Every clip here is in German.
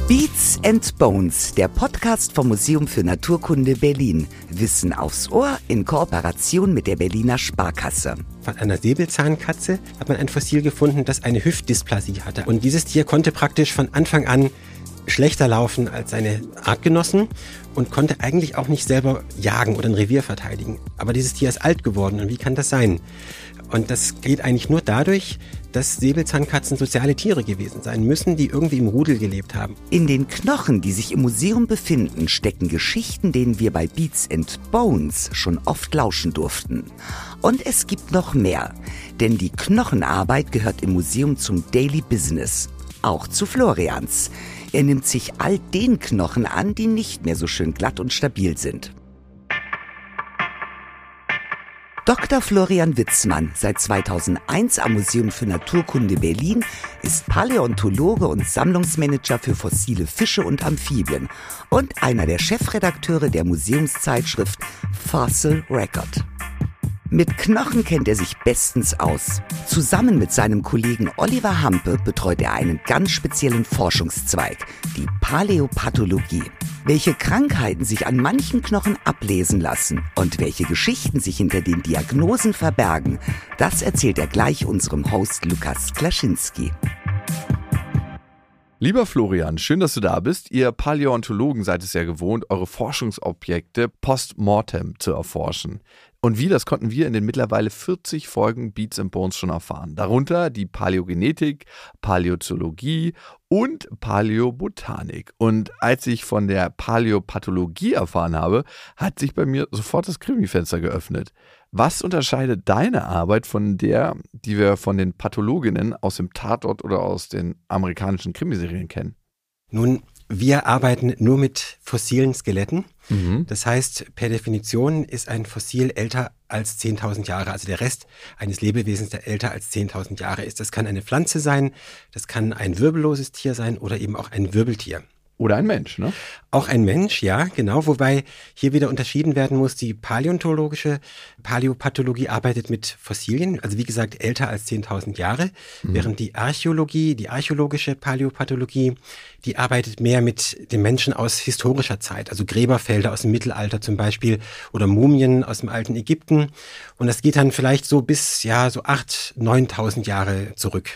Beats and Bones, der Podcast vom Museum für Naturkunde Berlin. Wissen aufs Ohr in Kooperation mit der Berliner Sparkasse. Von einer Säbelzahnkatze hat man ein Fossil gefunden, das eine Hüftdysplasie hatte. Und dieses Tier konnte praktisch von Anfang an schlechter laufen als seine Artgenossen und konnte eigentlich auch nicht selber jagen oder ein Revier verteidigen. Aber dieses Tier ist alt geworden. Und wie kann das sein? Und das geht eigentlich nur dadurch, dass Säbelzahnkatzen soziale Tiere gewesen sein müssen, die irgendwie im Rudel gelebt haben. In den Knochen, die sich im Museum befinden, stecken Geschichten, denen wir bei Beats and Bones schon oft lauschen durften. Und es gibt noch mehr, denn die Knochenarbeit gehört im Museum zum Daily Business, auch zu Florians. Er nimmt sich all den Knochen an, die nicht mehr so schön glatt und stabil sind. Dr. Florian Witzmann, seit 2001 am Museum für Naturkunde Berlin, ist Paläontologe und Sammlungsmanager für fossile Fische und Amphibien und einer der Chefredakteure der Museumszeitschrift Fossil Record. Mit Knochen kennt er sich bestens aus. Zusammen mit seinem Kollegen Oliver Hampe betreut er einen ganz speziellen Forschungszweig, die Paläopathologie. Welche Krankheiten sich an manchen Knochen ablesen lassen und welche Geschichten sich hinter den Diagnosen verbergen, das erzählt er gleich unserem Host Lukas Klaschinski. Lieber Florian, schön, dass du da bist. Ihr Paläontologen seid es ja gewohnt, eure Forschungsobjekte post-mortem zu erforschen. Und wie, das konnten wir in den mittlerweile 40 Folgen Beats and Bones schon erfahren. Darunter die Paläogenetik, Paläozoologie und Paläobotanik. Und als ich von der Paläopathologie erfahren habe, hat sich bei mir sofort das Krimifenster geöffnet. Was unterscheidet deine Arbeit von der, die wir von den Pathologinnen aus dem Tatort oder aus den amerikanischen Krimiserien kennen? Nun, wir arbeiten nur mit fossilen Skeletten. Das heißt, per Definition ist ein Fossil älter als 10.000 Jahre. Also der Rest eines Lebewesens, der älter als 10.000 Jahre ist. Das kann eine Pflanze sein, das kann ein wirbelloses Tier sein oder eben auch ein Wirbeltier. Oder ein Mensch, ne? Auch ein Mensch, ja, genau. Wobei hier wieder unterschieden werden muss, die paläontologische Paläopathologie arbeitet mit Fossilien, also wie gesagt älter als 10.000 Jahre, während die Archäologie, die archäologische Paläopathologie, die arbeitet mehr mit den Menschen aus historischer Zeit, also Gräberfelder aus dem Mittelalter zum Beispiel oder Mumien aus dem alten Ägypten. Und das geht dann vielleicht so bis, ja, so 8.000, 9.000 Jahre zurück.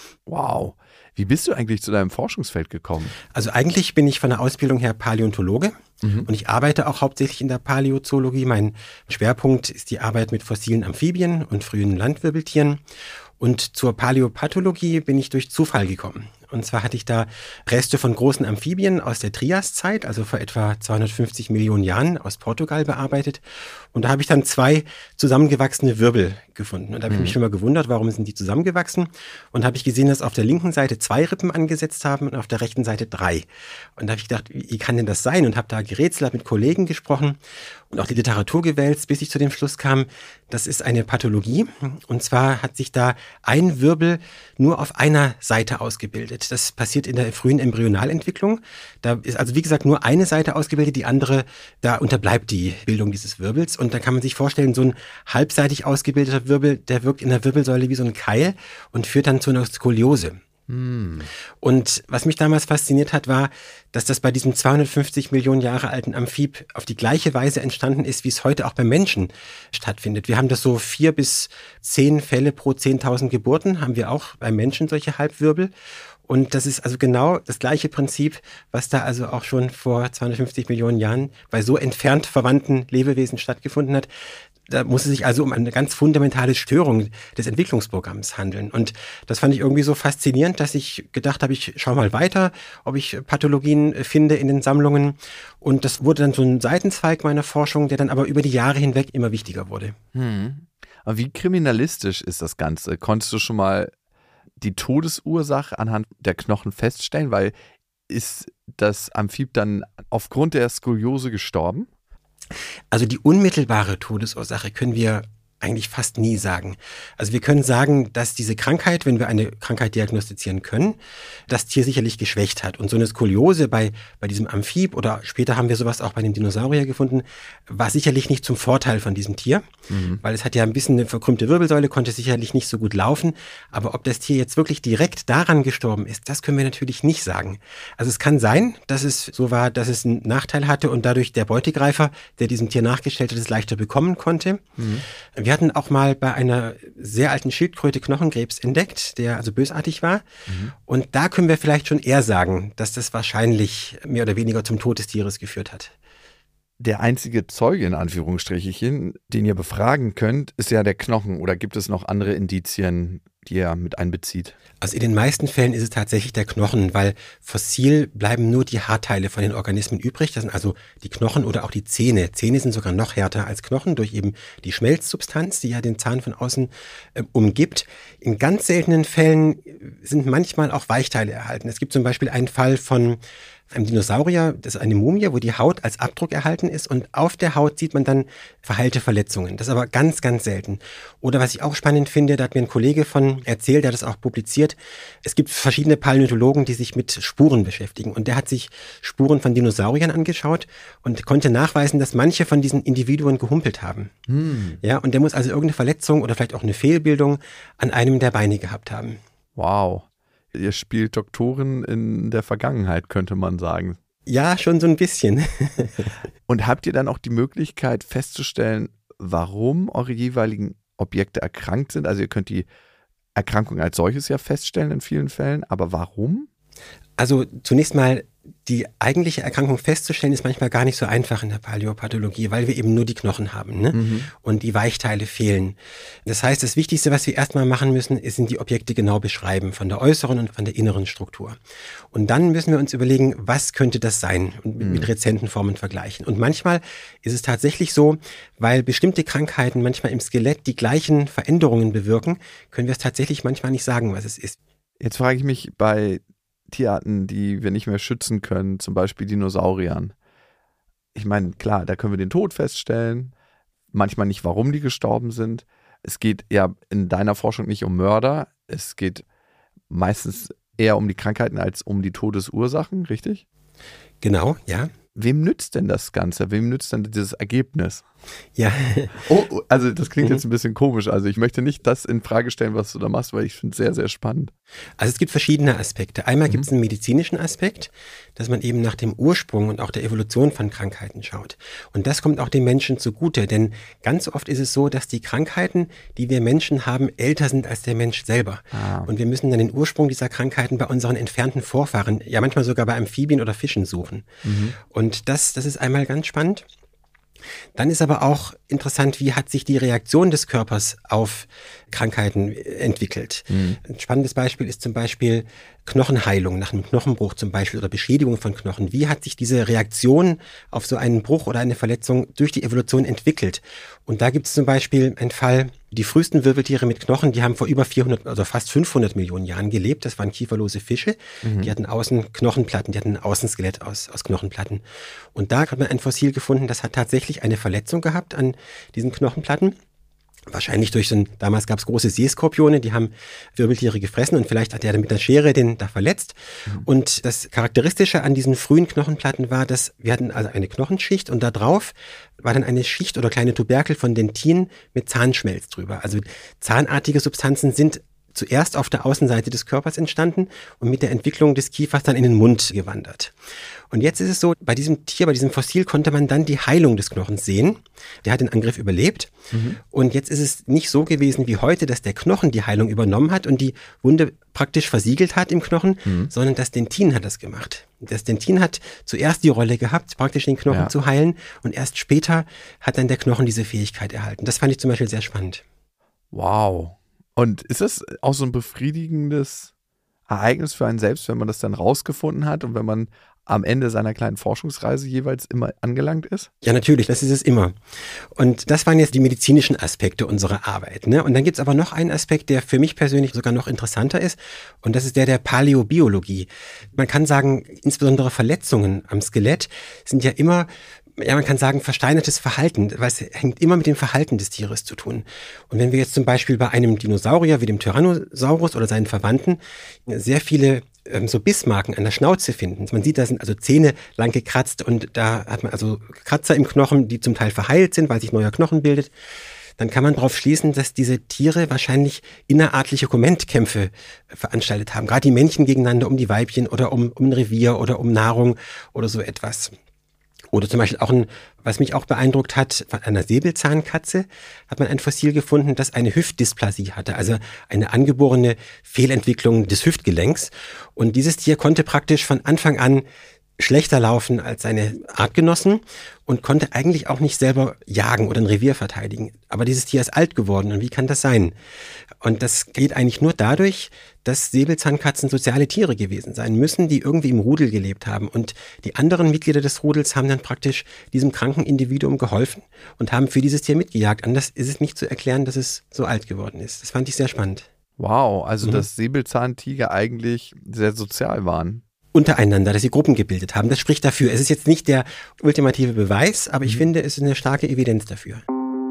Wow. Wie bist du eigentlich zu deinem Forschungsfeld gekommen? Also eigentlich bin ich von der Ausbildung her Paläontologe und ich arbeite auch hauptsächlich in der Paläozoologie. Mein Schwerpunkt ist die Arbeit mit fossilen Amphibien und frühen Landwirbeltieren. Und zur Paläopathologie bin ich durch Zufall gekommen. Und zwar hatte ich da Reste von großen Amphibien aus der Triaszeit, also vor etwa 250 Millionen Jahren aus Portugal bearbeitet. Und da habe ich dann 2 zusammengewachsene Wirbel gefunden. Und da habe ich mich schon mal gewundert, warum sind die zusammengewachsen? Und habe ich gesehen, dass auf der linken Seite 2 Rippen angesetzt haben und auf der rechten Seite 3. Und da habe ich gedacht, wie kann denn das sein? Und habe da gerätselt, habe mit Kollegen gesprochen und auch die Literatur gewälzt, bis ich zu dem Schluss kam, das ist eine Pathologie. Und zwar hat sich da ein Wirbel nur auf einer Seite ausgebildet. Das passiert in der frühen Embryonalentwicklung. Da ist also wie gesagt nur eine Seite ausgebildet, die andere, da unterbleibt die Bildung dieses Wirbels. Und da kann man sich vorstellen, so ein halbseitig ausgebildeter Wirbel, der wirkt in der Wirbelsäule wie so ein Keil und führt dann zu einer Skoliose. Und was mich damals fasziniert hat, war, dass das bei diesem 250 Millionen Jahre alten Amphib auf die gleiche Weise entstanden ist, wie es heute auch beim Menschen stattfindet. Wir haben das so 4 bis 10 Fälle pro 10.000 Geburten, haben wir auch beim Menschen solche Halbwirbel. Und das ist also genau das gleiche Prinzip, was da also auch schon vor 250 Millionen Jahren bei so entfernt verwandten Lebewesen stattgefunden hat. Da muss es sich also um eine ganz fundamentale Störung des Entwicklungsprogramms handeln. Und das fand ich irgendwie so faszinierend, dass ich gedacht habe, ich schaue mal weiter, ob ich Pathologien finde in den Sammlungen. Und das wurde dann so ein Seitenzweig meiner Forschung, der dann aber über die Jahre hinweg immer wichtiger wurde. Aber wie kriminalistisch ist das Ganze? Konntest du schon mal die Todesursache anhand der Knochen feststellen? Weil ist das Amphib dann aufgrund der Skoliose gestorben? Also die unmittelbare Todesursache können wir eigentlich fast nie sagen. Also wir können sagen, dass diese Krankheit, wenn wir eine Krankheit diagnostizieren können, das Tier sicherlich geschwächt hat. Und so eine Skoliose bei diesem Amphib oder später haben wir sowas auch bei dem Dinosaurier gefunden, war sicherlich nicht zum Vorteil von diesem Tier, weil es hat ja ein bisschen eine verkrümmte Wirbelsäule, konnte sicherlich nicht so gut laufen. Aber ob das Tier jetzt wirklich direkt daran gestorben ist, das können wir natürlich nicht sagen. Also es kann sein, dass es so war, dass es einen Nachteil hatte und dadurch der Beutegreifer, der diesem Tier nachgestellt hat, es leichter bekommen konnte. Wir hatten auch mal bei einer sehr alten Schildkröte Knochenkrebs entdeckt, der also bösartig war. Und da können wir vielleicht schon eher sagen, dass das wahrscheinlich mehr oder weniger zum Tod des Tieres geführt hat. Der einzige Zeuge, in Anführungsstrichen, den ihr befragen könnt, ist ja der Knochen. Oder gibt es noch andere Indizien, die ihr mit einbezieht? Also in den meisten Fällen ist es tatsächlich der Knochen, weil fossil bleiben nur die Haarteile von den Organismen übrig. Das sind also die Knochen oder auch die Zähne. Zähne sind sogar noch härter als Knochen durch eben die Schmelzsubstanz, die ja den Zahn von außen umgibt. In ganz seltenen Fällen sind manchmal auch Weichteile erhalten. Es gibt zum Beispiel einen Fall von einem Dinosaurier, das ist eine Mumie, wo die Haut als Abdruck erhalten ist und auf der Haut sieht man dann verheilte Verletzungen. Das ist aber ganz, ganz selten. Oder was ich auch spannend finde, da hat mir ein Kollege von erzählt, der hat das auch publiziert, es gibt verschiedene Paläontologen, die sich mit Spuren beschäftigen und der hat sich Spuren von Dinosauriern angeschaut und konnte nachweisen, dass manche von diesen Individuen gehumpelt haben. Ja, und der muss also irgendeine Verletzung oder vielleicht auch eine Fehlbildung an einem der Beine gehabt haben. Wow. Ihr spielt Doktoren in der Vergangenheit, könnte man sagen. Ja, schon so ein bisschen. Und habt ihr dann auch die Möglichkeit festzustellen, warum eure jeweiligen Objekte erkrankt sind? Also ihr könnt die Erkrankung als solches ja feststellen in vielen Fällen, aber warum? Also zunächst mal, die eigentliche Erkrankung festzustellen, ist manchmal gar nicht so einfach in der Paläopathologie, weil wir eben nur die Knochen haben, ne? Und die Weichteile fehlen. Das heißt, das Wichtigste, was wir erstmal machen müssen, sind die Objekte genau beschreiben, von der äußeren und von der inneren Struktur. Und dann müssen wir uns überlegen, was könnte das sein und mit rezenten Formen vergleichen. Und manchmal ist es tatsächlich so, weil bestimmte Krankheiten manchmal im Skelett die gleichen Veränderungen bewirken, können wir es tatsächlich manchmal nicht sagen, was es ist. Jetzt frage ich mich bei Tierarten, die wir nicht mehr schützen können, zum Beispiel Dinosauriern. Ich meine, klar, da können wir den Tod feststellen, manchmal nicht, warum die gestorben sind. Es geht ja in deiner Forschung nicht um Mörder, es geht meistens eher um die Krankheiten als um die Todesursachen, richtig? Genau, ja. Wem nützt denn das Ganze? Wem nützt denn dieses Ergebnis? Ja. Oh, also das klingt jetzt ein bisschen komisch. Also ich möchte nicht das in Frage stellen, was du da machst, weil ich finde es sehr, sehr spannend. Also es gibt verschiedene Aspekte. Einmal gibt es einen medizinischen Aspekt, dass man eben nach dem Ursprung und auch der Evolution von Krankheiten schaut. Und das kommt auch den Menschen zugute, denn ganz oft ist es so, dass die Krankheiten, die wir Menschen haben, älter sind als der Mensch selber. Und wir müssen dann den Ursprung dieser Krankheiten bei unseren entfernten Vorfahren, ja manchmal sogar bei Amphibien oder Fischen suchen. Und das ist einmal ganz spannend. Dann ist aber auch interessant, wie hat sich die Reaktion des Körpers auf Krankheiten entwickelt. Ein spannendes Beispiel ist zum Beispiel Knochenheilung nach einem Knochenbruch zum Beispiel oder Beschädigung von Knochen. Wie hat sich diese Reaktion auf so einen Bruch oder eine Verletzung durch die Evolution entwickelt? Und da gibt es zum Beispiel einen Fall, die frühesten Wirbeltiere mit Knochen, die haben vor über 400, also fast 500 Millionen Jahren gelebt. Das waren kieferlose Fische. Die hatten außen Knochenplatten, die hatten ein Außenskelett aus Knochenplatten. Und da hat man ein Fossil gefunden, das hat tatsächlich eine Verletzung gehabt an diesen Knochenplatten. Wahrscheinlich durch damals gab es große Seeskorpione, die haben Wirbeltiere gefressen und vielleicht hat er mit einer Schere den da verletzt. Und das Charakteristische an diesen frühen Knochenplatten war, dass wir hatten also eine Knochenschicht und da drauf war dann eine Schicht oder kleine Tuberkel von Dentin mit Zahnschmelz drüber. Also zahnartige Substanzen sind zuerst auf der Außenseite des Körpers entstanden und mit der Entwicklung des Kiefers dann in den Mund gewandert. Und jetzt ist es so, bei diesem Tier, bei diesem Fossil konnte man dann die Heilung des Knochens sehen. Der hat den Angriff überlebt. Und jetzt ist es nicht so gewesen wie heute, dass der Knochen die Heilung übernommen hat und die Wunde praktisch versiegelt hat im Knochen, sondern das Dentin hat das gemacht. Das Dentin hat zuerst die Rolle gehabt, praktisch den Knochen zu heilen und erst später hat dann der Knochen diese Fähigkeit erhalten. Das fand ich zum Beispiel sehr spannend. Wow. Und ist das auch so ein befriedigendes Ereignis für einen selbst, wenn man das dann rausgefunden hat und wenn man am Ende seiner kleinen Forschungsreise jeweils immer angelangt ist? Ja, natürlich, das ist es immer. Und das waren jetzt die medizinischen Aspekte unserer Arbeit, ne? Und dann gibt's aber noch einen Aspekt, der für mich persönlich sogar noch interessanter ist. Und das ist der Paläobiologie. Man kann sagen, insbesondere Verletzungen am Skelett sind ja immer ja, man kann sagen, versteinertes Verhalten, weil es hängt immer mit dem Verhalten des Tieres zu tun. Und wenn wir jetzt zum Beispiel bei einem Dinosaurier wie dem Tyrannosaurus oder seinen Verwandten sehr viele so Bissmarken an der Schnauze finden. Man sieht, da sind also Zähne lang gekratzt und da hat man also Kratzer im Knochen, die zum Teil verheilt sind, weil sich neuer Knochen bildet. Dann kann man darauf schließen, dass diese Tiere wahrscheinlich innerartliche Kommentkämpfe veranstaltet haben. Gerade die Männchen gegeneinander um die Weibchen oder um ein Revier oder um Nahrung oder so etwas. Oder zum Beispiel auch was mich auch beeindruckt hat, von einer Säbelzahnkatze hat man ein Fossil gefunden, das eine Hüftdysplasie hatte, also eine angeborene Fehlentwicklung des Hüftgelenks. Und dieses Tier konnte praktisch von Anfang an schlechter laufen als seine Artgenossen und konnte eigentlich auch nicht selber jagen oder ein Revier verteidigen. Aber dieses Tier ist alt geworden und wie kann das sein? Und das geht eigentlich nur dadurch, dass Säbelzahnkatzen soziale Tiere gewesen sein müssen, die irgendwie im Rudel gelebt haben. Und die anderen Mitglieder des Rudels haben dann praktisch diesem kranken Individuum geholfen und haben für dieses Tier mitgejagt. Anders ist es nicht zu erklären, dass es so alt geworden ist. Das fand ich sehr spannend. Wow, also dass Säbelzahntiger eigentlich sehr sozial waren. Untereinander, dass sie Gruppen gebildet haben. Das spricht dafür. Es ist jetzt nicht der ultimative Beweis, aber ich finde, es ist eine starke Evidenz dafür.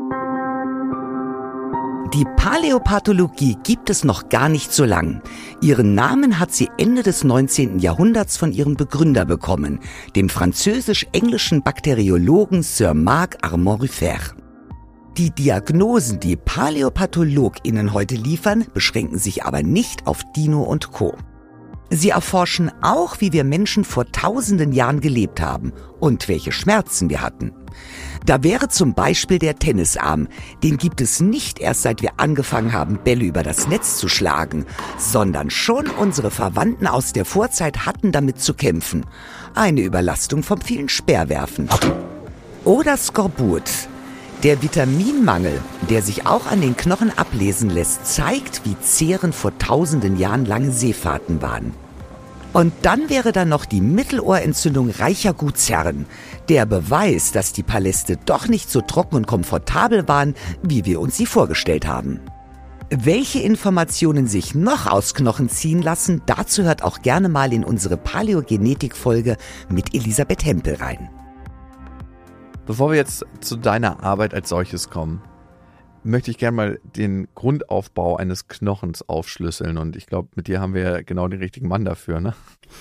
Die Paläopathologie gibt es noch gar nicht so lang. Ihren Namen hat sie Ende des 19. Jahrhunderts von ihrem Begründer bekommen, dem französisch-englischen Bakteriologen Sir Marc-Armand Ruffert. Die Diagnosen, die PaläopathologInnen heute liefern, beschränken sich aber nicht auf Dino und Co. Sie erforschen auch, wie wir Menschen vor tausenden Jahren gelebt haben und welche Schmerzen wir hatten. Da wäre zum Beispiel der Tennisarm. Den gibt es nicht erst, seit wir angefangen haben, Bälle über das Netz zu schlagen, sondern schon unsere Verwandten aus der Vorzeit hatten damit zu kämpfen. Eine Überlastung vom vielen Speerwerfen. Oder Skorbut. Der Vitaminmangel, der sich auch an den Knochen ablesen lässt, zeigt, wie zehrend vor tausenden Jahren lange Seefahrten waren. Und dann wäre da noch die Mittelohrentzündung reicher Gutsherren. Der Beweis, dass die Paläste doch nicht so trocken und komfortabel waren, wie wir uns sie vorgestellt haben. Welche Informationen sich noch aus Knochen ziehen lassen, dazu hört auch gerne mal in unsere Paläogenetik-Folge mit Elisabeth Hempel rein. Bevor wir jetzt zu deiner Arbeit als solches kommen, möchte ich gerne mal den Grundaufbau eines Knochens aufschlüsseln. Und ich glaube, mit dir haben wir ja genau den richtigen Mann dafür, ne?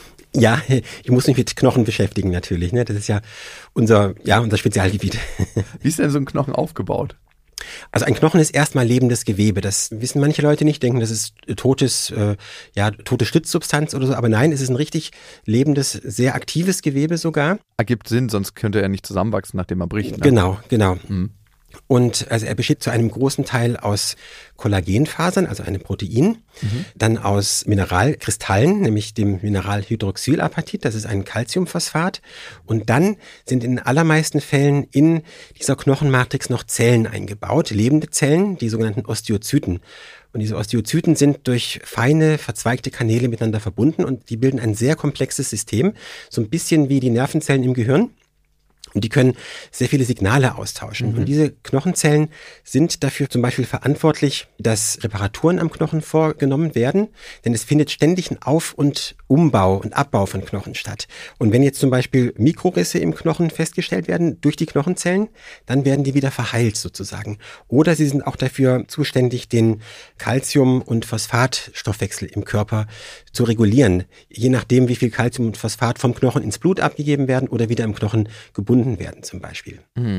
Ja, ich muss mich mit Knochen beschäftigen natürlich, ne? Das ist ja unser Spezialgebiet. Wie ist denn so ein Knochen aufgebaut? Also ein Knochen ist erstmal lebendes Gewebe. Das wissen manche Leute nicht, denken, das ist tote Stützsubstanz oder so. Aber nein, es ist ein richtig lebendes, sehr aktives Gewebe sogar. Ergibt Sinn, sonst könnte er nicht zusammenwachsen, nachdem er bricht. Ne? Genau. Mhm. Und also er besteht zu einem großen Teil aus Kollagenfasern, also einem Protein, dann aus Mineralkristallen, nämlich dem Mineral Hydroxylapatit, das ist ein Calciumphosphat. Und dann sind in den allermeisten Fällen in dieser Knochenmatrix noch Zellen eingebaut, lebende Zellen, die sogenannten Osteozyten. Und diese Osteozyten sind durch feine, verzweigte Kanäle miteinander verbunden und die bilden ein sehr komplexes System, so ein bisschen wie die Nervenzellen im Gehirn. Und die können sehr viele Signale austauschen. Und diese Knochenzellen sind dafür zum Beispiel verantwortlich, dass Reparaturen am Knochen vorgenommen werden. Denn es findet ständig ein Auf- und Umbau und Abbau von Knochen statt. Und wenn jetzt zum Beispiel Mikrorisse im Knochen festgestellt werden durch die Knochenzellen, dann werden die wieder verheilt sozusagen. Oder sie sind auch dafür zuständig, den Calcium- und Phosphatstoffwechsel im Körper zu regulieren. Je nachdem, wie viel Calcium und Phosphat vom Knochen ins Blut abgegeben werden oder wieder im Knochen gebunden werden zum Beispiel.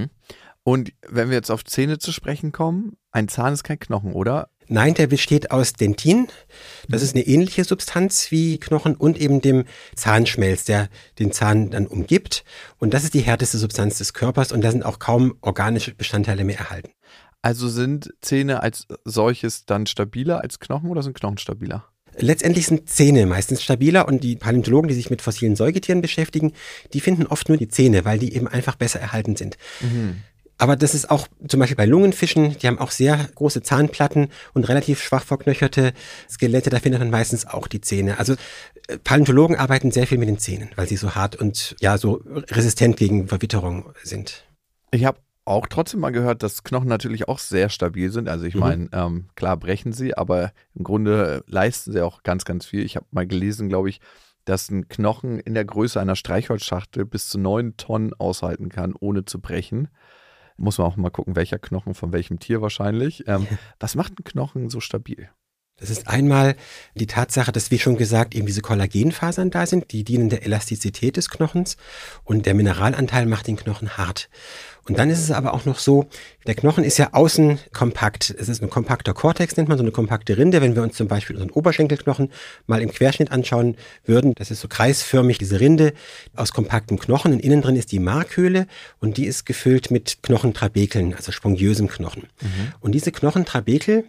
Und wenn wir jetzt auf Zähne zu sprechen kommen, ein Zahn ist kein Knochen, oder? Nein, der besteht aus Dentin. Das ist eine ähnliche Substanz wie Knochen und eben dem Zahnschmelz, der den Zahn dann umgibt. Und das ist die härteste Substanz des Körpers und da sind auch kaum organische Bestandteile mehr erhalten. Also sind Zähne als solches dann stabiler als Knochen oder sind Knochen stabiler? Letztendlich sind Zähne meistens stabiler und die Paläontologen, die sich mit fossilen Säugetieren beschäftigen, die finden oft nur die Zähne, weil die eben einfach besser erhalten sind. Aber das ist auch zum Beispiel bei Lungenfischen, die haben auch sehr große Zahnplatten und relativ schwach verknöcherte Skelette, da findet man meistens auch die Zähne. Also Paläontologen arbeiten sehr viel mit den Zähnen, weil sie so hart und ja so resistent gegen Verwitterung sind. Ich habe auch trotzdem mal gehört, dass Knochen natürlich auch sehr stabil sind. Also ich meine, klar brechen sie, aber im Grunde leisten sie auch ganz, ganz viel. Ich habe mal gelesen, glaube ich, dass ein Knochen in der Größe einer Streichholzschachtel bis zu 9 Tonnen aushalten kann, ohne zu brechen. Muss man auch mal gucken, welcher Knochen von welchem Tier wahrscheinlich. Was macht ein Knochen so stabil? Das ist einmal die Tatsache, dass, wie schon gesagt, eben diese Kollagenfasern da sind, die dienen der Elastizität des Knochens und der Mineralanteil macht den Knochen hart. Und dann ist es aber auch noch so, der Knochen ist ja außen kompakt. Es ist ein kompakter Kortex, nennt man, so eine kompakte Rinde. Wenn wir uns zum Beispiel unseren Oberschenkelknochen mal im Querschnitt anschauen würden, das ist so kreisförmig, diese Rinde aus kompaktem Knochen. Und innen drin ist die Markhöhle und die ist gefüllt mit Knochentrabekeln, also spongiösem Knochen. Und diese Knochentrabekel,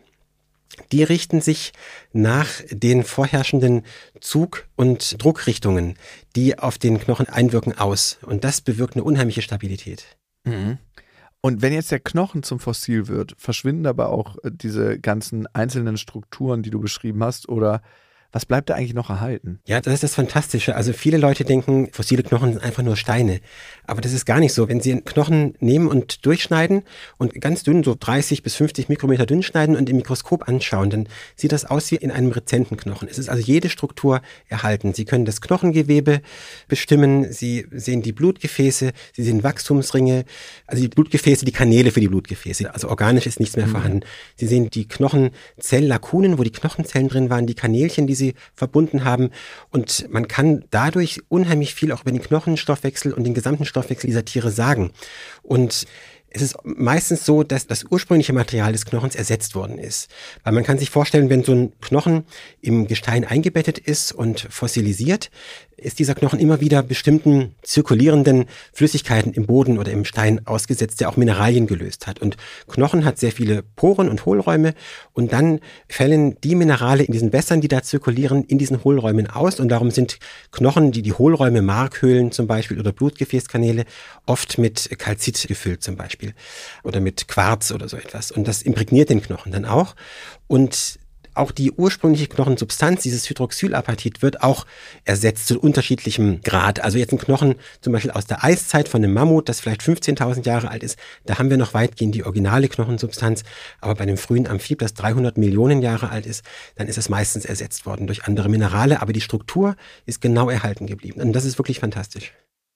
die richten sich nach den vorherrschenden Zug- und Druckrichtungen, die auf den Knochen einwirken, aus. Und das bewirkt eine unheimliche Stabilität. Mhm. Und wenn jetzt der Knochen zum Fossil wird, verschwinden dabei auch diese ganzen einzelnen Strukturen, die du beschrieben hast, oder was bleibt da eigentlich noch erhalten? Ja, das ist das Fantastische. Also viele Leute denken, fossile Knochen sind einfach nur Steine. Aber das ist gar nicht so. Wenn Sie einen Knochen nehmen und durchschneiden und ganz dünn, so 30 bis 50 Mikrometer dünn schneiden und im Mikroskop anschauen, dann sieht das aus wie in einem rezenten Knochen. Es ist also jede Struktur erhalten. Sie können das Knochengewebe bestimmen, Sie sehen die Blutgefäße, Sie sehen Wachstumsringe, also die Blutgefäße, die Kanäle für die Blutgefäße. Also organisch ist nichts mehr vorhanden. Sie sehen die Knochenzelllakunen, wo die Knochenzellen drin waren, die Kanälchen, die sie verbunden haben. Und man kann dadurch unheimlich viel auch über den Knochenstoffwechsel und den gesamten Stoffwechsel dieser Tiere sagen. Und es ist meistens so, dass das ursprüngliche Material des Knochens ersetzt worden ist. Weil man kann sich vorstellen, wenn so ein Knochen im Gestein eingebettet ist und fossilisiert, ist dieser Knochen immer wieder bestimmten zirkulierenden Flüssigkeiten im Boden oder im Stein ausgesetzt, der auch Mineralien gelöst hat. Und Knochen hat sehr viele Poren und Hohlräume und dann fällen die Minerale in diesen Wässern, die da zirkulieren, in diesen Hohlräumen aus. Und darum sind Knochen, die Hohlräume, Markhöhlen zum Beispiel oder Blutgefäßkanäle, oft mit Calcit gefüllt zum Beispiel oder mit Quarz oder so etwas. Und das imprägniert den Knochen dann auch. Und auch die ursprüngliche Knochensubstanz, dieses Hydroxylapatit, wird auch ersetzt zu unterschiedlichem Grad. Also jetzt ein Knochen zum Beispiel aus der Eiszeit von einem Mammut, das vielleicht 15.000 Jahre alt ist, da haben wir noch weitgehend die originale Knochensubstanz. Aber bei einem frühen Amphib, das 300 Millionen Jahre alt ist, dann ist es meistens ersetzt worden durch andere Minerale. Aber die Struktur ist genau erhalten geblieben. Und das ist wirklich fantastisch.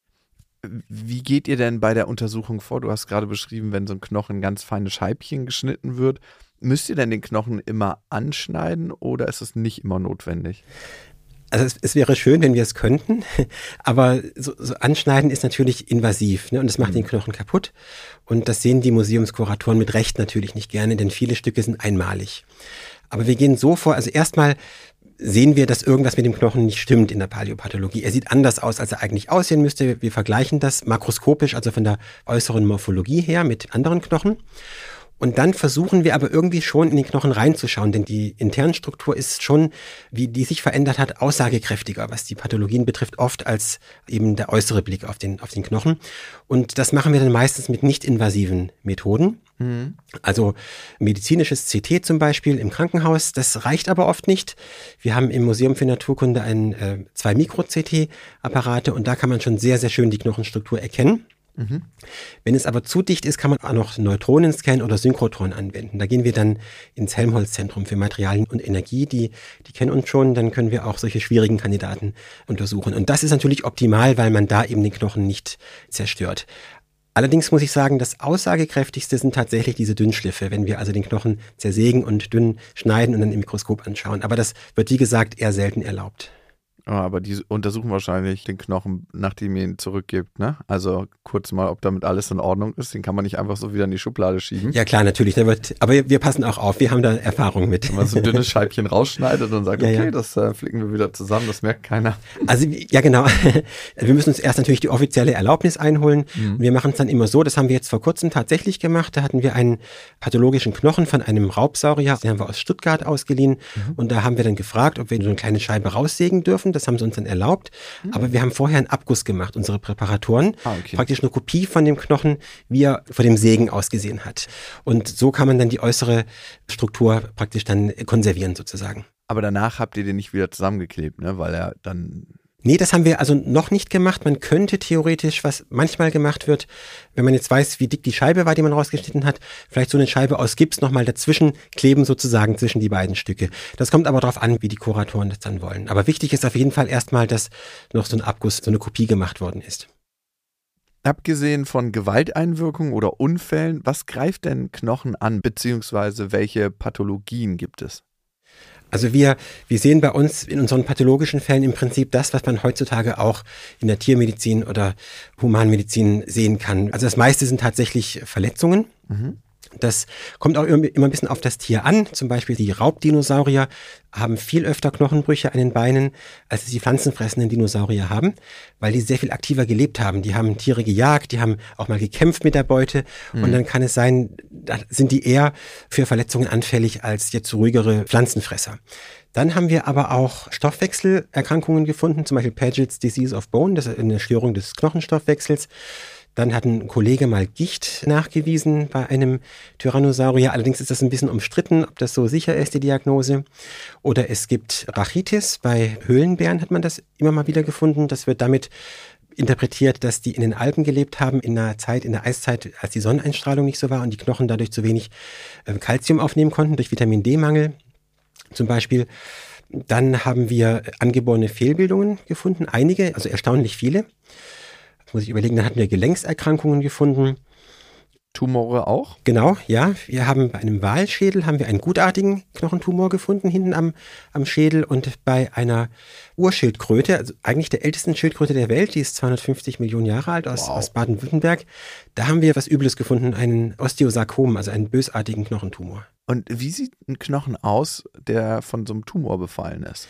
Wie geht ihr denn bei der Untersuchung vor? Du hast gerade beschrieben, wenn so ein Knochen in ganz feine Scheibchen geschnitten wird. Müsst ihr denn den Knochen immer anschneiden oder ist es nicht immer notwendig? Also es wäre schön, wenn wir es könnten, aber so anschneiden ist natürlich invasiv, ne? Und es macht den Knochen kaputt. Und das sehen die Museumskuratoren mit Recht natürlich nicht gerne, denn viele Stücke sind einmalig. Aber wir gehen so vor, also erstmal sehen wir, dass irgendwas mit dem Knochen nicht stimmt in der Paläopathologie. Er sieht anders aus, als er eigentlich aussehen müsste. Wir vergleichen das makroskopisch, also von der äußeren Morphologie her mit anderen Knochen. Und dann versuchen wir aber irgendwie schon in den Knochen reinzuschauen, denn die Internstruktur ist schon, wie die sich verändert hat, aussagekräftiger, was die Pathologien betrifft, oft als eben der äußere Blick auf den Knochen. Und das machen wir dann meistens mit nicht-invasiven Methoden. Also medizinisches CT zum Beispiel im Krankenhaus, das reicht aber oft nicht. Wir haben im Museum für Naturkunde 2 Mikro-CT-Apparate und da kann man schon sehr, sehr schön die Knochenstruktur erkennen. Wenn es aber zu dicht ist, kann man auch noch Neutronenscan oder Synchrotron anwenden. Da gehen wir dann ins Helmholtz-Zentrum für Materialien und Energie. Die kennen uns schon, dann können wir auch solche schwierigen Kandidaten untersuchen. Und das ist natürlich optimal, weil man da eben den Knochen nicht zerstört. Allerdings muss ich sagen, das aussagekräftigste sind tatsächlich diese Dünnschliffe, wenn wir also den Knochen zersägen und dünn schneiden und dann im Mikroskop anschauen. Aber das wird, wie gesagt, eher selten erlaubt. Aber die untersuchen wahrscheinlich den Knochen, nachdem ihr ihn zurückgibt, ne? Also kurz mal, ob damit alles in Ordnung ist. Den kann man nicht einfach so wieder in die Schublade schieben. Ja klar, natürlich. Aber wir passen auch auf. Wir haben da Erfahrung mit. Wenn man so ein dünnes Scheibchen rausschneidet und sagt, okay, das flicken wir wieder zusammen, das merkt keiner. Also ja genau. Wir müssen uns erst natürlich die offizielle Erlaubnis einholen. Und wir machen es dann immer so, das haben wir jetzt vor kurzem tatsächlich gemacht. Da hatten wir einen pathologischen Knochen von einem Raubsaurier, den haben wir aus Stuttgart ausgeliehen. Und da haben wir dann gefragt, ob wir so eine kleine Scheibe raussägen dürfen. Das haben sie uns dann erlaubt. Aber wir haben vorher einen Abguss gemacht, unsere Präparatoren. Praktisch eine Kopie von dem Knochen, wie er vor dem Sägen ausgesehen hat. Und so kann man dann die äußere Struktur praktisch dann konservieren sozusagen. Aber danach habt ihr den nicht wieder zusammengeklebt, ne? Weil er dann... Nee, das haben wir also noch nicht gemacht. Man könnte theoretisch, was manchmal gemacht wird, wenn man jetzt weiß, wie dick die Scheibe war, die man rausgeschnitten hat, vielleicht so eine Scheibe aus Gips nochmal dazwischen kleben sozusagen zwischen die beiden Stücke. Das kommt aber darauf an, wie die Kuratoren das dann wollen. Aber wichtig ist auf jeden Fall erstmal, dass noch so ein Abguss, so eine Kopie gemacht worden ist. Abgesehen von Gewalteinwirkungen oder Unfällen, was greift denn Knochen an, beziehungsweise welche Pathologien gibt es? Also wir sehen bei uns in unseren pathologischen Fällen im Prinzip das, was man heutzutage auch in der Tiermedizin oder Humanmedizin sehen kann. Also das meiste sind tatsächlich Verletzungen. Das kommt auch immer ein bisschen auf das Tier an. Zum Beispiel die Raubdinosaurier haben viel öfter Knochenbrüche an den Beinen, als es die pflanzenfressenden Dinosaurier haben, weil die sehr viel aktiver gelebt haben. Die haben Tiere gejagt, die haben auch mal gekämpft mit der Beute und dann kann es sein, da sind die eher für Verletzungen anfällig als jetzt ruhigere Pflanzenfresser. Dann haben wir aber auch Stoffwechselerkrankungen gefunden, zum Beispiel Paget's Disease of Bone, das ist eine Störung des Knochenstoffwechsels. Dann hat ein Kollege mal Gicht nachgewiesen bei einem Tyrannosaurier. Allerdings ist das ein bisschen umstritten, ob das so sicher ist, die Diagnose. Oder es gibt Rachitis. Bei Höhlenbären hat man das immer mal wieder gefunden. Das wird damit interpretiert, dass die in den Alpen gelebt haben, in der Eiszeit, als die Sonneneinstrahlung nicht so war und die Knochen dadurch zu wenig Kalzium aufnehmen konnten, durch Vitamin D-Mangel zum Beispiel. Dann haben wir angeborene Fehlbildungen gefunden, einige, also erstaunlich viele. Das muss ich überlegen, dann hatten wir Gelenkserkrankungen gefunden. Tumore auch? Genau, ja. Wir haben bei einem Walschädel einen gutartigen Knochentumor gefunden, hinten am Schädel. Und bei einer Urschildkröte, also eigentlich der ältesten Schildkröte der Welt, die ist 250 Millionen Jahre alt, aus Baden-Württemberg, da haben wir was Übles gefunden, einen Osteosarkom, also einen bösartigen Knochentumor. Und wie sieht ein Knochen aus, der von so einem Tumor befallen ist?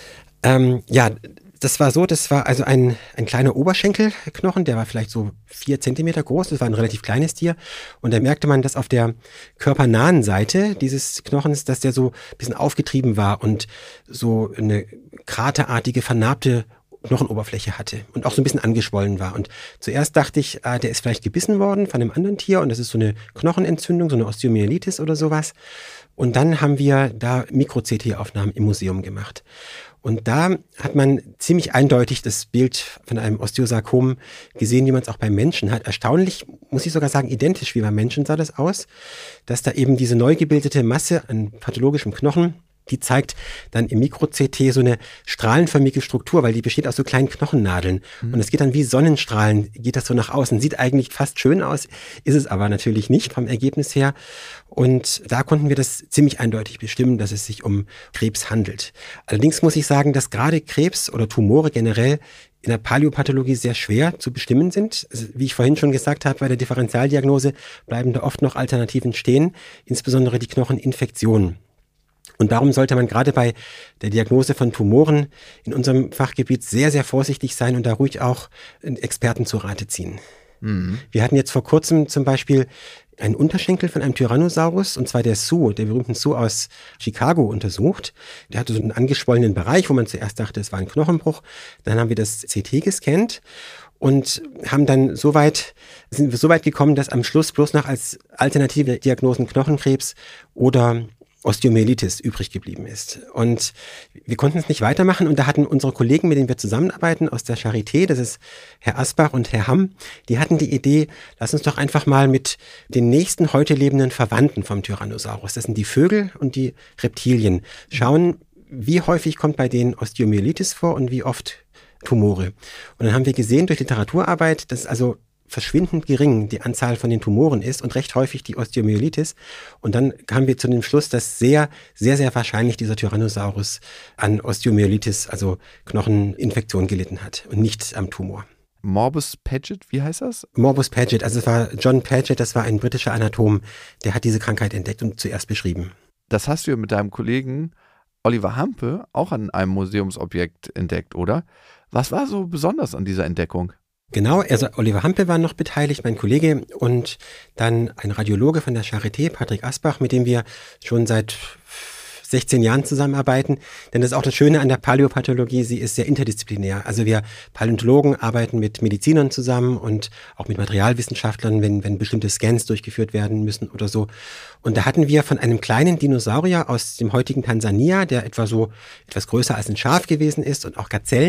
Das war also ein kleiner Oberschenkelknochen, der war vielleicht so 4 Zentimeter groß, das war ein relativ kleines Tier. Und da merkte man, dass auf der körpernahen Seite dieses Knochens, dass der so ein bisschen aufgetrieben war und so eine kraterartige, vernarbte Knochenoberfläche hatte und auch so ein bisschen angeschwollen war. Und zuerst dachte ich, der ist vielleicht gebissen worden von einem anderen Tier und das ist so eine Knochenentzündung, so eine Osteomyelitis oder sowas. Und dann haben wir da Mikro-CT-Aufnahmen im Museum gemacht. Und da hat man ziemlich eindeutig das Bild von einem Osteosarkom gesehen, wie man es auch beim Menschen hat. Erstaunlich, muss ich sogar sagen, identisch wie beim Menschen sah das aus, dass da eben diese neu gebildete Masse an pathologischem Knochen, die zeigt dann im Mikro-CT so eine strahlenförmige Struktur, weil die besteht aus so kleinen Knochennadeln. Und es geht dann wie Sonnenstrahlen, geht das so nach außen. Sieht eigentlich fast schön aus, ist es aber natürlich nicht vom Ergebnis her. Und da konnten wir das ziemlich eindeutig bestimmen, dass es sich um Krebs handelt. Allerdings muss ich sagen, dass gerade Krebs oder Tumore generell in der Paläopathologie sehr schwer zu bestimmen sind. Also, wie ich vorhin schon gesagt habe, bei der Differentialdiagnose bleiben da oft noch Alternativen stehen, insbesondere die Knocheninfektionen. Und darum sollte man gerade bei der Diagnose von Tumoren in unserem Fachgebiet sehr, sehr vorsichtig sein und da ruhig auch Experten zu Rate ziehen. Wir hatten jetzt vor kurzem zum Beispiel einen Unterschenkel von einem Tyrannosaurus, und zwar der berühmten Sioux aus Chicago untersucht. Der hatte so einen angeschwollenen Bereich, wo man zuerst dachte, es war ein Knochenbruch. Dann haben wir das CT gescannt und sind so weit gekommen, dass am Schluss bloß noch als alternative Diagnosen Knochenkrebs oder Osteomyelitis übrig geblieben ist. Und wir konnten es nicht weitermachen und da hatten unsere Kollegen, mit denen wir zusammenarbeiten aus der Charité, das ist Herr Asbach und Herr Hamm, die hatten die Idee, lass uns doch einfach mal mit den nächsten heute lebenden Verwandten vom Tyrannosaurus, das sind die Vögel und die Reptilien, schauen, wie häufig kommt bei denen Osteomyelitis vor und wie oft Tumore. Und dann haben wir gesehen durch Literaturarbeit, dass also verschwindend gering die Anzahl von den Tumoren ist und recht häufig die Osteomyelitis. Und dann kamen wir zu dem Schluss, dass sehr, sehr, sehr wahrscheinlich dieser Tyrannosaurus an Osteomyelitis, also Knocheninfektion, gelitten hat und nicht am Tumor. Morbus Paget, wie heißt das? Morbus Paget, also es war John Paget, das war ein britischer Anatom, der hat diese Krankheit entdeckt und zuerst beschrieben. Das hast du ja mit deinem Kollegen Oliver Hampe auch an einem Museumsobjekt entdeckt, oder? Was war so besonders an dieser Entdeckung? Genau, also Oliver Hampe war noch beteiligt, mein Kollege, und dann ein Radiologe von der Charité, Patrick Asbach, mit dem wir schon seit 16 Jahren zusammenarbeiten. Denn das ist auch das Schöne an der Paläopathologie, sie ist sehr interdisziplinär. Also wir Paläontologen arbeiten mit Medizinern zusammen und auch mit Materialwissenschaftlern, wenn bestimmte Scans durchgeführt werden müssen oder so. Und da hatten wir von einem kleinen Dinosaurier aus dem heutigen Tansania, der etwas größer als ein Schaf gewesen ist, und auch Gazellen,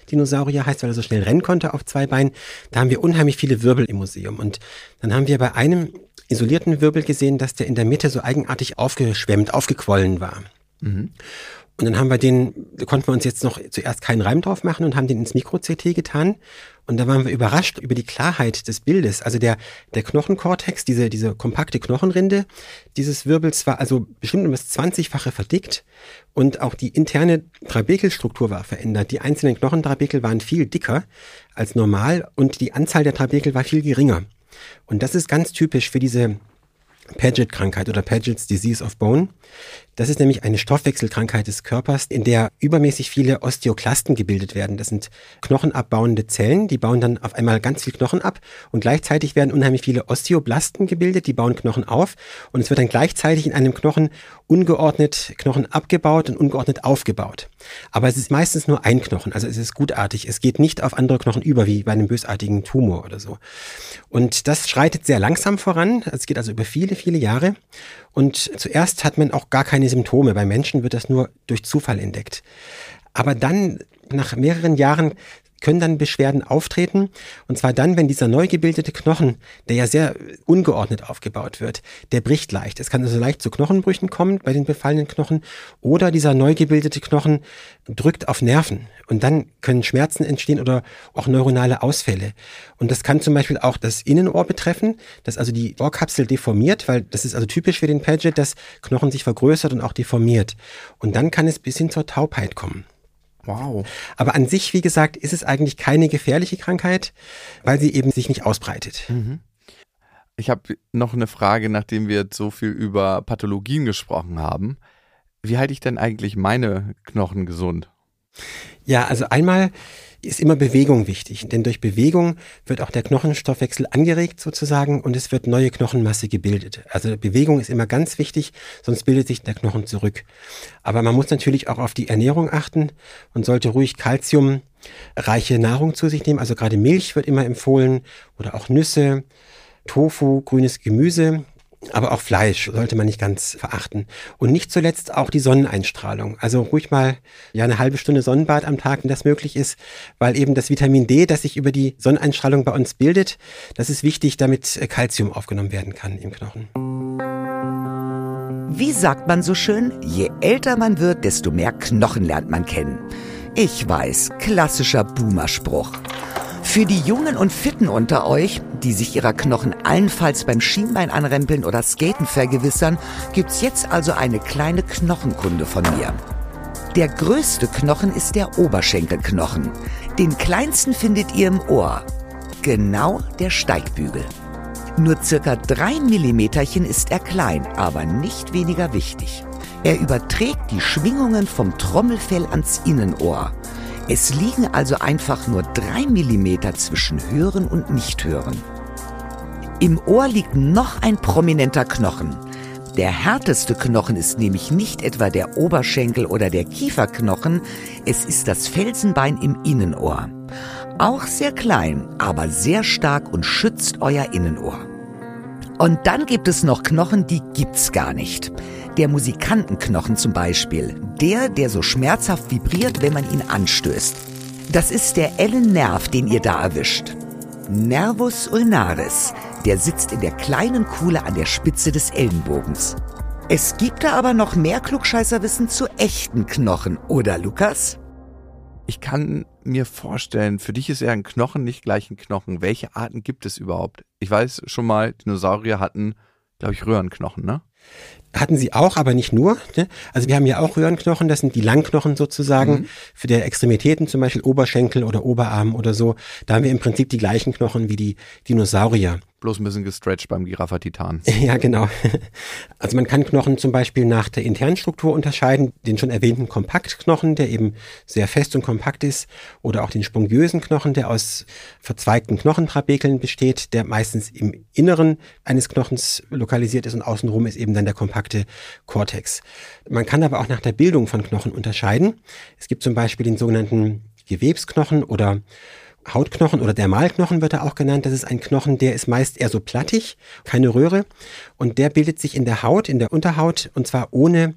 Dinosaurier heißt, weil er so schnell rennen konnte auf 2 Beinen. Da haben wir unheimlich viele Wirbel im Museum. Und dann haben wir bei einem isolierten Wirbel gesehen, dass der in der Mitte so eigenartig aufgeschwemmt, aufgequollen war. Mhm. Und dann konnten wir uns jetzt noch zuerst keinen Reim drauf machen und haben den ins Mikro-CT getan. Und da waren wir überrascht über die Klarheit des Bildes. Also der Knochenkortex, diese kompakte Knochenrinde dieses Wirbels war also bestimmt um das 20-fache verdickt. Und auch die interne Trabekelstruktur war verändert. Die einzelnen Knochentrabekel waren viel dicker als normal und die Anzahl der Trabekel war viel geringer. Und das ist ganz typisch für diese Paget-Krankheit oder Paget's Disease of Bone. Das ist nämlich eine Stoffwechselkrankheit des Körpers, in der übermäßig viele Osteoklasten gebildet werden. Das sind knochenabbauende Zellen, die bauen dann auf einmal ganz viel Knochen ab und gleichzeitig werden unheimlich viele Osteoblasten gebildet, die bauen Knochen auf und es wird dann gleichzeitig in einem Knochen ungeordnet Knochen abgebaut und ungeordnet aufgebaut. Aber es ist meistens nur ein Knochen, also es ist gutartig. Es geht nicht auf andere Knochen über, wie bei einem bösartigen Tumor oder so. Und das schreitet sehr langsam voran. Es geht also über viele, viele Jahre. Und zuerst hat man auch gar keine Symptome. Bei Menschen wird das nur durch Zufall entdeckt. Aber dann, nach mehreren Jahren, können dann Beschwerden auftreten. Und zwar dann, wenn dieser neu gebildete Knochen, der ja sehr ungeordnet aufgebaut wird, der bricht leicht. Es kann also leicht zu Knochenbrüchen kommen bei den befallenen Knochen. Oder dieser neu gebildete Knochen drückt auf Nerven. Und dann können Schmerzen entstehen oder auch neuronale Ausfälle. Und das kann zum Beispiel auch das Innenohr betreffen, dass also die Ohrkapsel deformiert, weil das ist also typisch für den Paget, dass Knochen sich vergrößert und auch deformiert. Und dann kann es bis hin zur Taubheit kommen. Wow. Aber an sich, wie gesagt, ist es eigentlich keine gefährliche Krankheit, weil sie eben sich nicht ausbreitet. Mhm. Ich habe noch eine Frage, nachdem wir jetzt so viel über Pathologien gesprochen haben. Wie halte ich denn eigentlich meine Knochen gesund? Ja, also einmal ist immer Bewegung wichtig, denn durch Bewegung wird auch der Knochenstoffwechsel angeregt sozusagen und es wird neue Knochenmasse gebildet. Also Bewegung ist immer ganz wichtig, sonst bildet sich der Knochen zurück. Aber man muss natürlich auch auf die Ernährung achten und sollte ruhig kalziumreiche Nahrung zu sich nehmen. Also gerade Milch wird immer empfohlen oder auch Nüsse, Tofu, grünes Gemüse. Aber auch Fleisch sollte man nicht ganz verachten. Und nicht zuletzt auch die Sonneneinstrahlung. Also ruhig mal eine halbe Stunde Sonnenbad am Tag, wenn das möglich ist, weil eben das Vitamin D, das sich über die Sonneneinstrahlung bei uns bildet, das ist wichtig, damit Kalzium aufgenommen werden kann im Knochen. Wie sagt man so schön? Je älter man wird, desto mehr Knochen lernt man kennen. Ich weiß, klassischer Boomer-Spruch. Für die Jungen und Fitten unter euch, die sich ihrer Knochen allenfalls beim Schienbein anrempeln oder Skaten vergewissern, gibt's jetzt also eine kleine Knochenkunde von mir. Der größte Knochen ist der Oberschenkelknochen. Den kleinsten findet ihr im Ohr. Genau der Steigbügel. Nur circa 3 Millimeterchen ist er klein, aber nicht weniger wichtig. Er überträgt die Schwingungen vom Trommelfell ans Innenohr. Es liegen also einfach nur 3 Millimeter zwischen Hören und Nichthören. Im Ohr liegt noch ein prominenter Knochen. Der härteste Knochen ist nämlich nicht etwa der Oberschenkel oder der Kieferknochen, es ist das Felsenbein im Innenohr. Auch sehr klein, aber sehr stark und schützt euer Innenohr. Und dann gibt es noch Knochen, die gibt's gar nicht. Der Musikantenknochen zum Beispiel, der so schmerzhaft vibriert, wenn man ihn anstößt. Das ist der Ellennerv, den ihr da erwischt. Nervus ulnaris, der sitzt in der kleinen Kuhle an der Spitze des Ellenbogens. Es gibt da aber noch mehr Klugscheißerwissen zu echten Knochen, oder Lukas? Ich kann mir vorstellen, für dich ist ja ein Knochen nicht gleich ein Knochen. Welche Arten gibt es überhaupt? Ich weiß schon mal, Dinosaurier hatten, glaube ich, Röhrenknochen, ne? Hatten sie auch, aber nicht nur. Ne? Also wir haben ja auch Röhrenknochen, das sind die Langknochen sozusagen, für die Extremitäten, zum Beispiel Oberschenkel oder Oberarm oder so. Da haben wir im Prinzip die gleichen Knochen wie die Dinosaurier. Bloß ein bisschen gestretcht beim Giraffa-Titan. Ja, genau. Also man kann Knochen zum Beispiel nach der internen Struktur unterscheiden, den schon erwähnten Kompaktknochen, der eben sehr fest und kompakt ist, oder auch den spongiösen Knochen, der aus verzweigten Knochentrabekeln besteht, der meistens im Inneren eines Knochens lokalisiert ist und außenrum ist eben dann der kompakte Kortex. Man kann aber auch nach der Bildung von Knochen unterscheiden. Es gibt zum Beispiel den sogenannten Gewebsknochen oder Hautknochen oder Dermalknochen wird er auch genannt. Das ist ein Knochen, der ist meist eher so plattig, keine Röhre. Und der bildet sich in der Haut, in der Unterhaut, und zwar ohne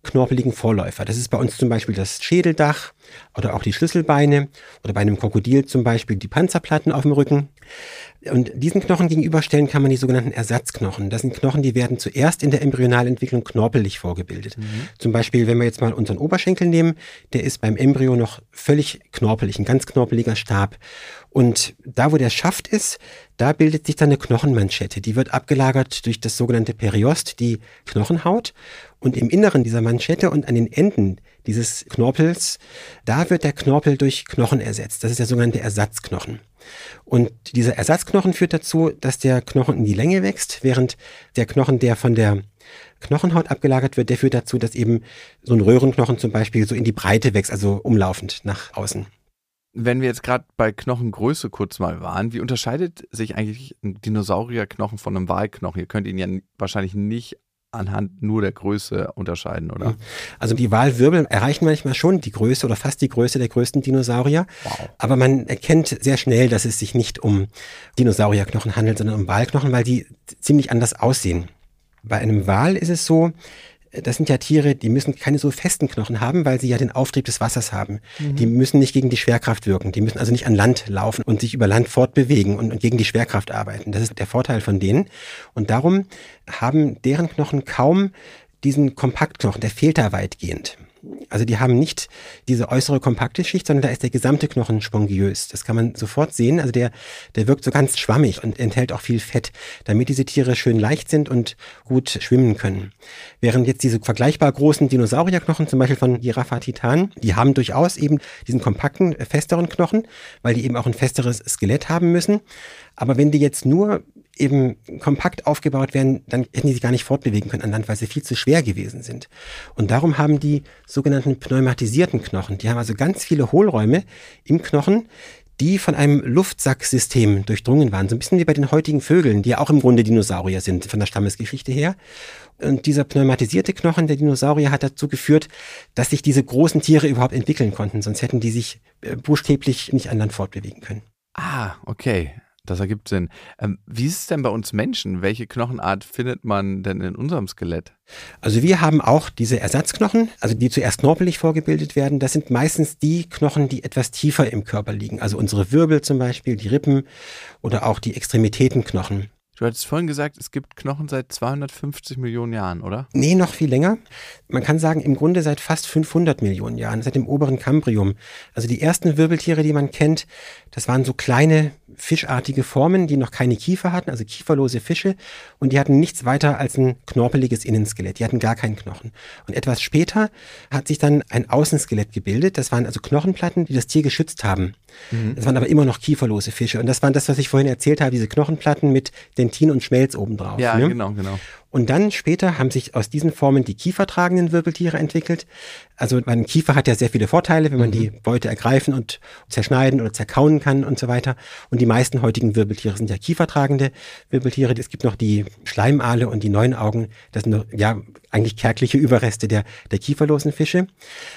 knorpeligen Vorläufer. Das ist bei uns zum Beispiel das Schädeldach oder auch die Schlüsselbeine oder bei einem Krokodil zum Beispiel die Panzerplatten auf dem Rücken. Und diesen Knochen gegenüberstellen kann man die sogenannten Ersatzknochen. Das sind Knochen, die werden zuerst in der Embryonalentwicklung knorpelig vorgebildet. Zum Beispiel, wenn wir jetzt mal unseren Oberschenkel nehmen, der ist beim Embryo noch völlig knorpelig, ein ganz knorpeliger Stab. Und da, wo der Schaft ist, da bildet sich dann eine Knochenmanschette. Die wird abgelagert durch das sogenannte Periost, die Knochenhaut. Und im Inneren dieser Manschette und an den Enden dieses Knorpels, da wird der Knorpel durch Knochen ersetzt. Das ist der sogenannte Ersatzknochen. Und dieser Ersatzknochen führt dazu, dass der Knochen in die Länge wächst, während der Knochen, der von der Knochenhaut abgelagert wird, der führt dazu, dass eben so ein Röhrenknochen zum Beispiel so in die Breite wächst, also umlaufend nach außen. Wenn wir jetzt gerade bei Knochengröße kurz mal waren, wie unterscheidet sich eigentlich ein Dinosaurierknochen von einem Walknochen? Ihr könnt ihn ja wahrscheinlich nicht anhand nur der Größe unterscheiden, oder? Also die Walwirbel erreichen manchmal schon die Größe oder fast die Größe der größten Dinosaurier. Wow. Aber man erkennt sehr schnell, dass es sich nicht um Dinosaurierknochen handelt, sondern um Walknochen, weil die ziemlich anders aussehen. Bei einem Wal ist es so, das sind ja Tiere, die müssen keine so festen Knochen haben, weil sie ja den Auftrieb des Wassers haben. Die müssen nicht gegen die Schwerkraft wirken. Die müssen also nicht an Land laufen und sich über Land fortbewegen und gegen die Schwerkraft arbeiten. Das ist der Vorteil von denen. Und darum haben deren Knochen kaum diesen Kompaktknochen. Der fehlt da weitgehend. Also die haben nicht diese äußere kompakte Schicht, sondern da ist der gesamte Knochen spongiös. Das kann man sofort sehen. Also der wirkt so ganz schwammig und enthält auch viel Fett, damit diese Tiere schön leicht sind und gut schwimmen können. Während jetzt diese vergleichbar großen Dinosaurierknochen, zum Beispiel von Giraffa titan, die haben durchaus eben diesen kompakten, festeren Knochen, weil die eben auch ein festeres Skelett haben müssen. Aber wenn die jetzt nur eben kompakt aufgebaut werden, dann hätten die sich gar nicht fortbewegen können an Land, weil sie viel zu schwer gewesen sind. Und darum haben die sogenannten pneumatisierten Knochen, die haben also ganz viele Hohlräume im Knochen, die von einem Luftsacksystem durchdrungen waren. So ein bisschen wie bei den heutigen Vögeln, die ja auch im Grunde Dinosaurier sind, von der Stammesgeschichte her. Und dieser pneumatisierte Knochen der Dinosaurier hat dazu geführt, dass sich diese großen Tiere überhaupt entwickeln konnten. Sonst hätten die sich buchstäblich nicht an Land fortbewegen können. Ah, okay. Das ergibt Sinn. Wie ist es denn bei uns Menschen? Welche Knochenart findet man denn in unserem Skelett? Also wir haben auch diese Ersatzknochen, also die zuerst knorpelig vorgebildet werden. Das sind meistens die Knochen, die etwas tiefer im Körper liegen. Also unsere Wirbel zum Beispiel, die Rippen oder auch die Extremitätenknochen. Du hattest vorhin gesagt, es gibt Knochen seit 250 Millionen Jahren, oder? Nee, noch viel länger. Man kann sagen, im Grunde seit fast 500 Millionen Jahren, seit dem oberen Kambrium. Also die ersten Wirbeltiere, die man kennt, das waren so kleine fischartige Formen, die noch keine Kiefer hatten, also kieferlose Fische. Und die hatten nichts weiter als ein knorpeliges Innenskelett. Die hatten gar keinen Knochen. Und etwas später hat sich dann ein Außenskelett gebildet. Das waren also Knochenplatten, die das Tier geschützt haben. Das waren aber immer noch kieferlose Fische. Und das waren das, was ich vorhin erzählt habe, diese Knochenplatten mit Dentin und Schmelz obendrauf. Ja, ne? Genau. Und dann später haben sich aus diesen Formen die kiefertragenden Wirbeltiere entwickelt. Also ein Kiefer hat ja sehr viele Vorteile, wenn man die Beute ergreifen und zerschneiden oder zerkauen kann und so weiter. Und die meisten heutigen Wirbeltiere sind ja kiefertragende Wirbeltiere. Es gibt noch die Schleimaale und die Neunaugen. Das sind noch, ja, eigentlich kärgliche Überreste der kieferlosen Fische.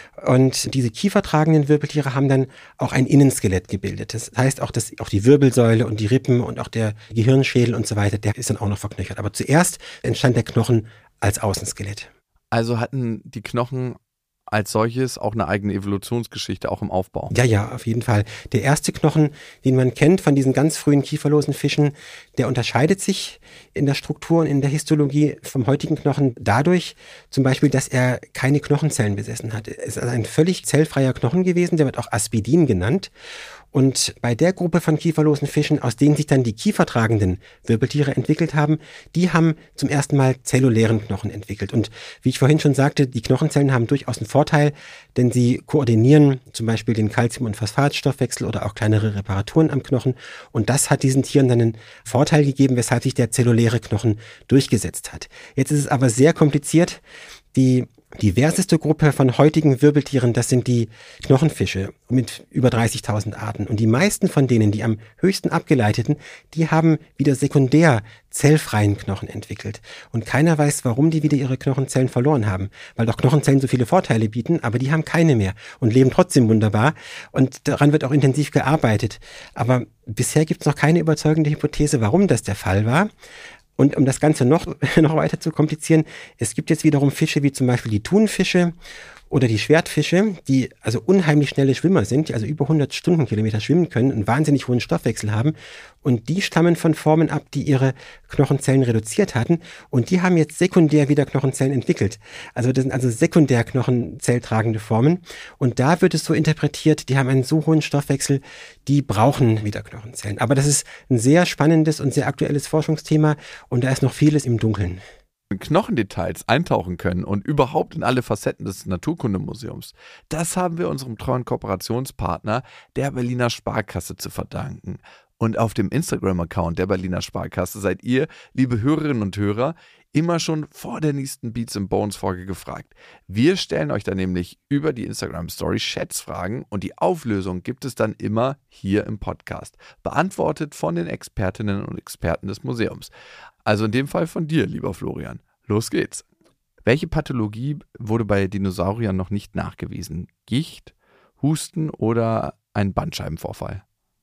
Und diese kiefertragenden Wirbeltiere haben dann auch ein Innenskelett gebildet. Das heißt auch, dass auch die Wirbelsäule und die Rippen und auch der Gehirnschädel und so weiter, der ist dann auch noch verknöchert. Aber zuerst entstand der Knochen als Außenskelett. Also hatten die Knochen als solches auch eine eigene Evolutionsgeschichte, auch im Aufbau? Ja, auf jeden Fall. Der erste Knochen, den man kennt von diesen ganz frühen kieferlosen Fischen, der unterscheidet sich in der Struktur und in der Histologie vom heutigen Knochen dadurch, zum Beispiel, dass er keine Knochenzellen besessen hat. Es ist also ein völlig zellfreier Knochen gewesen, der wird auch Aspidin genannt. Und bei der Gruppe von kieferlosen Fischen, aus denen sich dann die kiefertragenden Wirbeltiere entwickelt haben, die haben zum ersten Mal zellulären Knochen entwickelt. Und wie ich vorhin schon sagte, die Knochenzellen haben durchaus einen Vorteil, denn sie koordinieren zum Beispiel den Calcium- und Phosphatstoffwechsel oder auch kleinere Reparaturen am Knochen. Und das hat diesen Tieren dann einen Vorteil gegeben, weshalb sich der zelluläre Knochen durchgesetzt hat. Jetzt ist es aber sehr kompliziert. Die diverseste Gruppe von heutigen Wirbeltieren, das sind die Knochenfische mit über 30.000 Arten. Und die meisten von denen, die am höchsten abgeleiteten, die haben wieder sekundär zellfreien Knochen entwickelt. Und keiner weiß, warum die wieder ihre Knochenzellen verloren haben. Weil doch Knochenzellen so viele Vorteile bieten, aber die haben keine mehr und leben trotzdem wunderbar. Und daran wird auch intensiv gearbeitet. Aber bisher gibt es noch keine überzeugende Hypothese, warum das der Fall war. Und um das Ganze noch weiter zu komplizieren, es gibt jetzt wiederum Fische wie zum Beispiel die Thunfische oder die Schwertfische, die also unheimlich schnelle Schwimmer sind, die also über 100 Stundenkilometer schwimmen können und wahnsinnig hohen Stoffwechsel haben. Und die stammen von Formen ab, die ihre Knochenzellen reduziert hatten. Und die haben jetzt sekundär wieder Knochenzellen entwickelt. Also das sind also sekundär Knochenzelltragende Formen. Und da wird es so interpretiert, die haben einen so hohen Stoffwechsel, die brauchen wieder Knochenzellen. Aber das ist ein sehr spannendes und sehr aktuelles Forschungsthema und da ist noch vieles im Dunkeln. In Knochendetails eintauchen können und überhaupt in alle Facetten des Naturkundemuseums, das haben wir unserem treuen Kooperationspartner, der Berliner Sparkasse, zu verdanken. Und auf dem Instagram-Account der Berliner Sparkasse seid ihr, liebe Hörerinnen und Hörer, immer schon vor der nächsten Beats & Bones Folge gefragt. Wir stellen euch dann nämlich über die Instagram-Story Schätzfragen und die Auflösung gibt es dann immer hier im Podcast, beantwortet von den Expertinnen und Experten des Museums. Also in dem Fall von dir, lieber Florian. Los geht's. Welche Pathologie wurde bei Dinosauriern noch nicht nachgewiesen? Gicht, Husten oder ein Bandscheibenvorfall?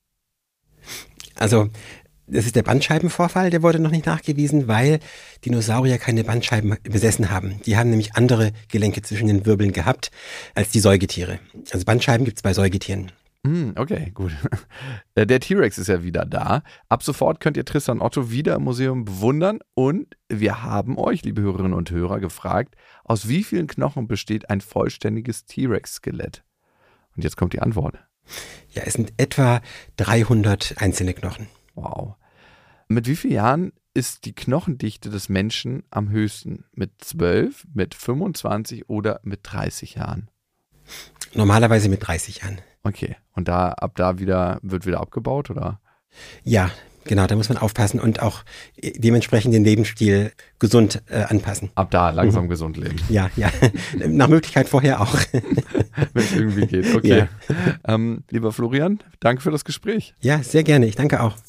Also, das ist der Bandscheibenvorfall, der wurde noch nicht nachgewiesen, weil Dinosaurier keine Bandscheiben besessen haben. Die haben nämlich andere Gelenke zwischen den Wirbeln gehabt als die Säugetiere. Also Bandscheiben gibt es bei Säugetieren. Okay, gut. Der T-Rex ist ja wieder da. Ab sofort könnt ihr Tristan Otto wieder im Museum bewundern. Und wir haben euch, liebe Hörerinnen und Hörer, gefragt, aus wie vielen Knochen besteht ein vollständiges T-Rex-Skelett? Und jetzt kommt die Antwort. Ja, es sind etwa 300 einzelne Knochen. Wow. Mit wie vielen Jahren ist die Knochendichte des Menschen am höchsten? Mit 12, mit 25 oder mit 30 Jahren? Normalerweise mit 30 Jahren. Okay, und ab da wird wieder abgebaut, oder? Ja, genau, da muss man aufpassen und auch dementsprechend den Lebensstil gesund anpassen. Ab da langsam gesund leben. Ja, nach Möglichkeit vorher auch. Wenn es irgendwie geht, okay. Ja. Lieber Florian, danke für das Gespräch. Ja, sehr gerne, ich danke auch.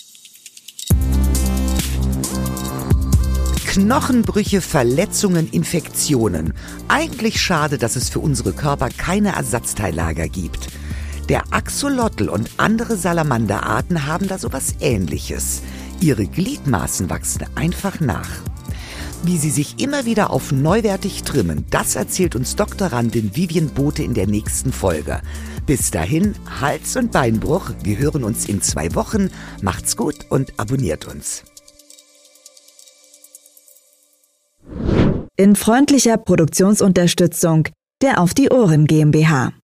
Knochenbrüche, Verletzungen, Infektionen. Eigentlich schade, dass es für unsere Körper keine Ersatzteillager gibt. Der Axolotl und andere Salamanderarten haben da sowas Ähnliches. Ihre Gliedmaßen wachsen einfach nach. Wie sie sich immer wieder auf neuwertig trimmen, das erzählt uns Doktorandin Vivian Bothe in der nächsten Folge. Bis dahin, Hals- und Beinbruch. Wir hören uns in 2 Wochen. Macht's gut und abonniert uns. In freundlicher Produktionsunterstützung der Auf die Ohren GmbH.